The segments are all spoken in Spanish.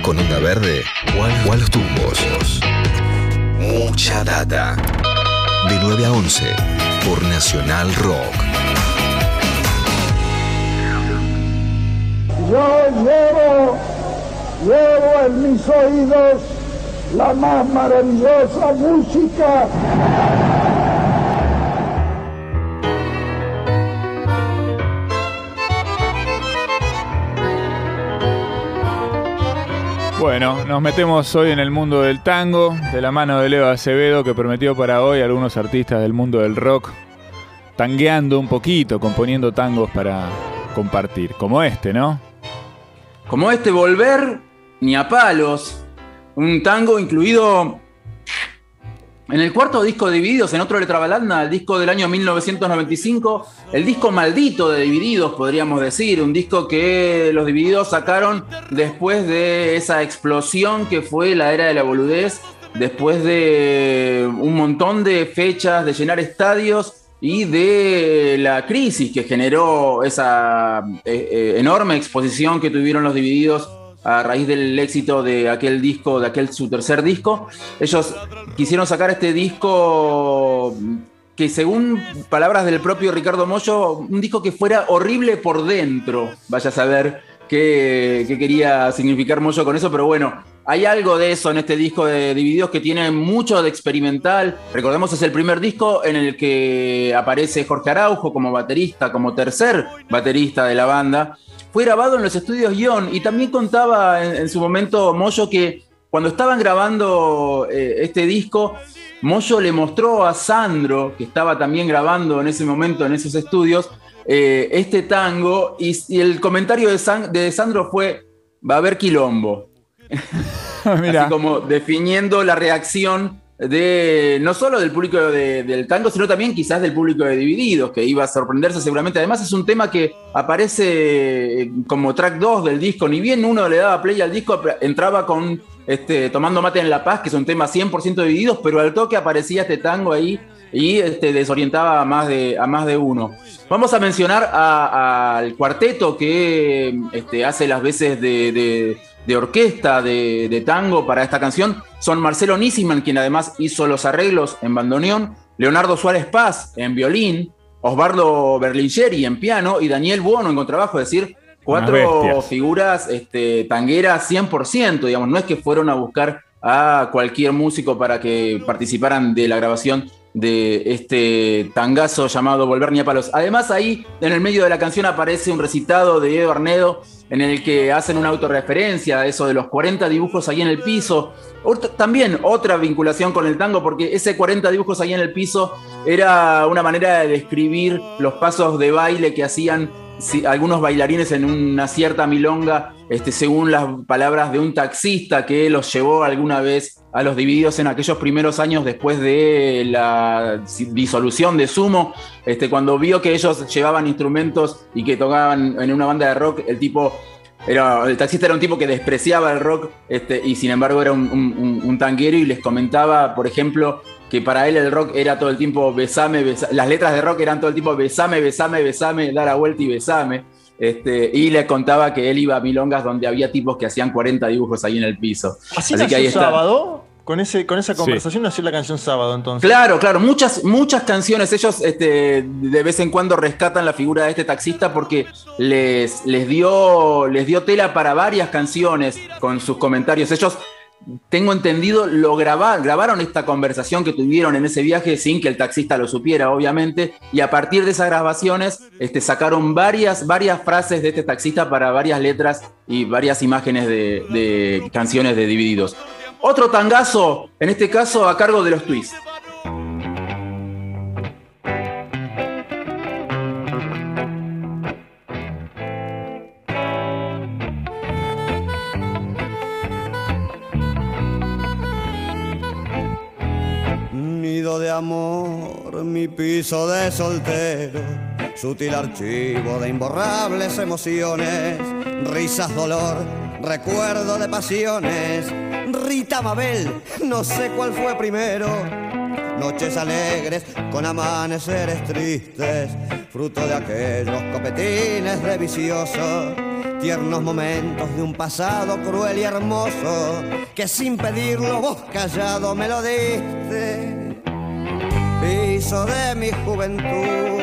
con Onda Verde o a los tumbos. Mucha data. De 9 a 11 por Nacional Rock. Yo llevo en mis oídos la más maravillosa música. Bueno, nos metemos hoy en el mundo del tango, de la mano de Leo Acevedo, que prometió para hoy a algunos artistas del mundo del rock, tangueando un poquito, componiendo tangos para compartir, como este, ¿no? Como este, Volver ni a palos, un tango incluido en el cuarto disco de Divididos, en otro Letra Balanda, el disco del año 1995, el disco maldito de Divididos, podríamos decir, un disco que los Divididos sacaron después de esa explosión que fue la era de la boludez, después de un montón de fechas, de llenar estadios y de la crisis que generó esa enorme exposición que tuvieron los Divididos a raíz del éxito de aquel disco, su tercer disco. Ellos quisieron sacar este disco que, según palabras del propio Ricardo Mollo, un disco que fuera horrible por dentro. Vaya a saber qué quería significar Mollo con eso, pero bueno, hay algo de eso en este disco de Divididos que tiene mucho de experimental. Recordemos, es el primer disco en el que aparece Jorge Araujo como baterista, como tercer baterista de la banda. Fue grabado en los estudios Ion y también contaba en su momento Mollo que cuando estaban grabando este disco, Mollo le mostró a Sandro, que estaba también grabando en ese momento en esos estudios, este tango, y el comentario de Sandro fue: va a haber quilombo. Así como definiendo la reacción de no solo del público del tango, sino también quizás del público de Divididos, que iba a sorprenderse seguramente. Además es un tema que aparece como track 2 del disco. Ni bien uno le daba play al disco, entraba con Tomando Mate en La Paz, que es un tema 100% Divididos, pero al toque aparecía este tango ahí y desorientaba a más de uno. Vamos a mencionar al cuarteto que hace las veces de orquesta de tango para esta canción. Son Marcelo Nisman, quien además hizo los arreglos en bandoneón, Leonardo Suárez Paz en violín, Osvaldo Berlingeri en piano y Daniel Buono en contrabajo, es decir, 4 figuras tangueras 100%, digamos. No es que fueron a buscar a cualquier músico para que participaran de la grabación de este tangazo llamado Volver ni a palos. Además, ahí en el medio de la canción aparece un recitado de Edo Arnedo en el que hacen una autorreferencia a eso de los 40 dibujos ahí en el piso. También otra vinculación con el tango, porque ese 40 dibujos ahí en el piso era una manera de describir los pasos de baile que hacían algunos bailarines en una cierta milonga, según las palabras de un taxista que los llevó alguna vez a los Divididos en aquellos primeros años después de la disolución de Sumo, cuando vio que ellos llevaban instrumentos y que tocaban en una banda de rock. El taxista era un tipo que despreciaba el rock, y sin embargo era un tanguero, y les comentaba, por ejemplo, que para él el rock era todo el tiempo besame, besame. Las letras de rock eran todo el tiempo besame, besame, besame, da la vuelta y besame. Y le contaba que él iba a milongas donde había tipos que hacían 40 dibujos ahí en el piso. Así nació, que ahí Sábado. Con esa conversación nació la canción Sábado, entonces. Claro, muchas canciones. Ellos de vez en cuando rescatan la figura de este taxista porque les dio tela para varias canciones con sus comentarios. Ellos, tengo entendido, grabaron esta conversación que tuvieron en ese viaje sin que el taxista lo supiera, obviamente, y a partir de esas grabaciones sacaron varias frases de este taxista para varias letras y varias imágenes de canciones de Divididos. Otro tangazo, en este caso a cargo de los Twists. Nido de amor, mi piso de soltero, sutil archivo de imborrables emociones, risas, dolor, recuerdo de pasiones. Rita, Mabel, no sé cuál fue primero. Noches alegres con amaneceres tristes, fruto de aquellos copetines de vicioso. tiernos momentos de un pasado cruel y hermoso, que sin pedirlo vos callado me lo diste. Piso de mi juventud,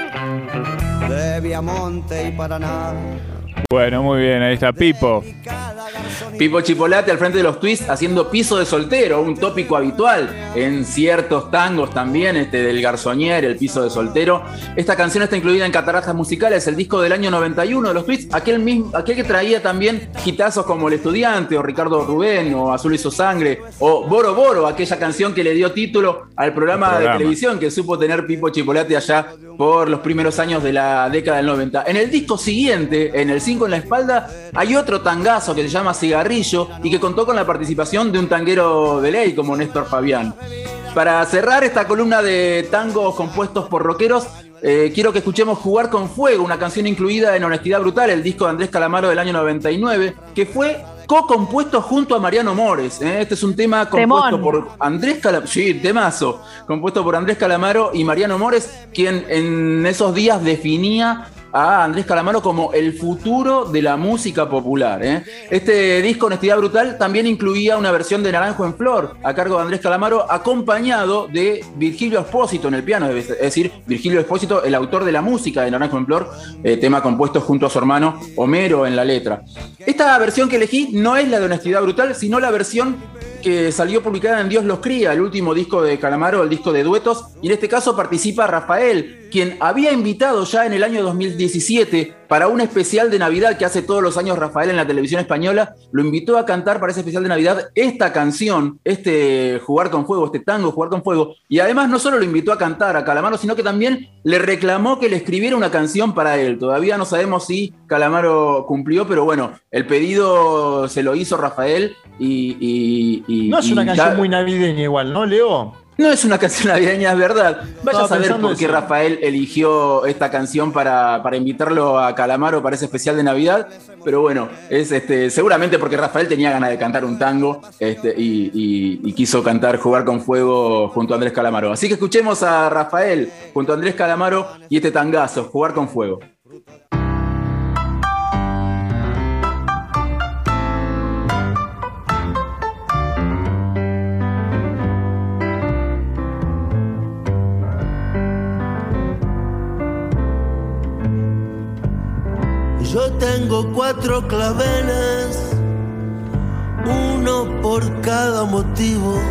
de Viamonte y Paraná. Bueno, muy bien, ahí está Pipo. Pipo Chipolati al frente de los Twists haciendo Piso de soltero, un tópico habitual en ciertos tangos también, del Garçonnier, el Piso de soltero. Esta canción está incluida en Cataratas Musicales, el disco del año 91 de los Twists, aquel que traía también hitazos como El Estudiante, o Ricardo Rubén, o Azul hizo sangre, o Boro Boro, aquella canción que le dio título al programa de televisión que supo tener Pipo Chipolati allá por los primeros años de la década del 90. En el disco siguiente, en el 5 en la espalda, hay otro tangazo que se llama Cigarrillo y que contó con la participación de un tanguero de ley como Néstor Fabián. Para cerrar esta columna de tangos compuestos por rockeros, quiero que escuchemos Jugar con Fuego, una canción incluida en Honestidad Brutal, el disco de Andrés Calamaro del año 99, que fue co-compuesto junto a Mariano Mores. Este es un tema compuesto por Andrés Calamaro. Sí, temazo. Compuesto por Andrés Calamaro y Mariano Mores, quien en esos días definía a Andrés Calamaro como el futuro de la música popular. Este disco, Honestidad Brutal, también incluía una versión de Naranjo en Flor, a cargo de Andrés Calamaro, acompañado de Virgilio Espósito en el piano, es decir, Virgilio Espósito, el autor de la música de Naranjo en Flor, tema compuesto junto a su hermano Homero en la letra. Esta versión que elegí no es la de Honestidad Brutal, sino la versión que salió publicada en Dios los cría, el último disco de Calamaro, el disco de duetos, y en este caso participa Rafael, quien había invitado ya en el año 2017 para un especial de Navidad que hace todos los años Rafael en la televisión española. Lo invitó a cantar para ese especial de Navidad esta canción, Jugar con Fuego, este tango Jugar con Fuego, y además no solo lo invitó a cantar a Calamaro, sino que también le reclamó que le escribiera una canción para él. Todavía no sabemos si Calamaro cumplió, pero bueno, el pedido se lo hizo Rafael no es una canción muy navideña igual, ¿no, Leo? No es una canción navideña, es verdad. Vaya a saber por qué Rafael eligió esta canción para invitarlo a Calamaro para ese especial de Navidad. Pero bueno, es seguramente porque Rafael tenía ganas de cantar un tango y quiso cantar Jugar con Fuego junto a Andrés Calamaro. Así que escuchemos a Rafael junto a Andrés Calamaro y este tangazo, Jugar con Fuego. Yo tengo 4 claveles, uno por cada motivo.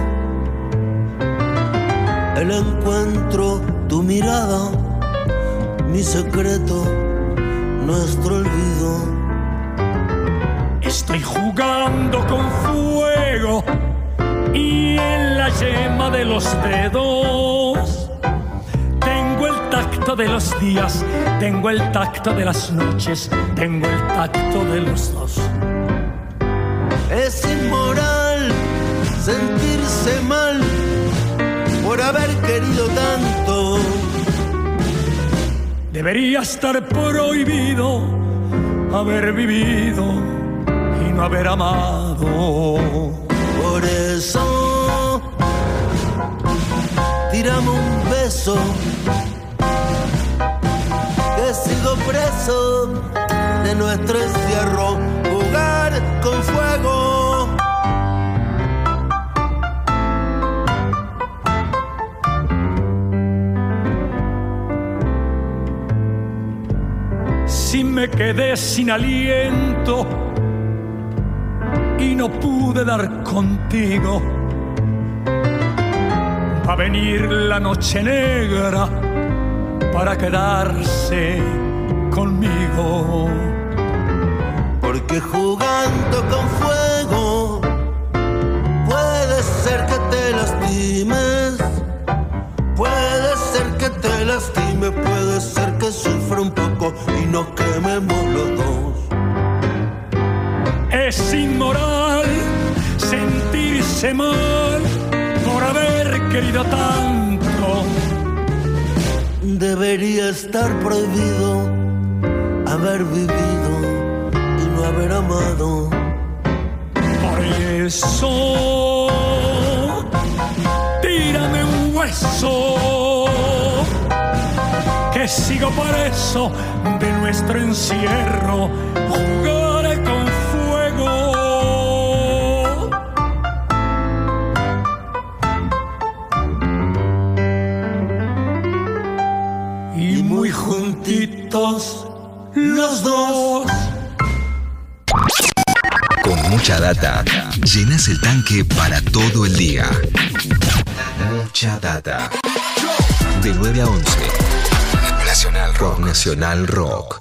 El encuentro, tu mirada, mi secreto, nuestro olvido. Estoy jugando con fuego y en la yema de los dedos tengo el tacto de los días, tengo el tacto de las noches, tengo el tacto de los dos. Es inmoral sentirse mal por haber querido tanto. Debería estar prohibido haber vivido y no haber amado. Por eso tirame un beso, que sigo preso de nuestro encierro. Jugar con fuego. Si me quedé sin aliento y no pude dar contigo, va a venir la noche negra para quedarse conmigo. Porque jugando con fuego puede ser que te lastimes, puede ser que te lastime, puede ser que sufra un poco y nos quememos los dos. Es inmoral sentirse mal por haber querido tanto. Debería estar prohibido haber vivido y no haber amado. Por eso tírame un hueso, que sigo preso de nuestro encierro. Jugar juntitos los dos. Con mucha data, llenas el tanque para todo el día. Mucha data. De 9 a 11. Nacional Rock. Nacional Rock.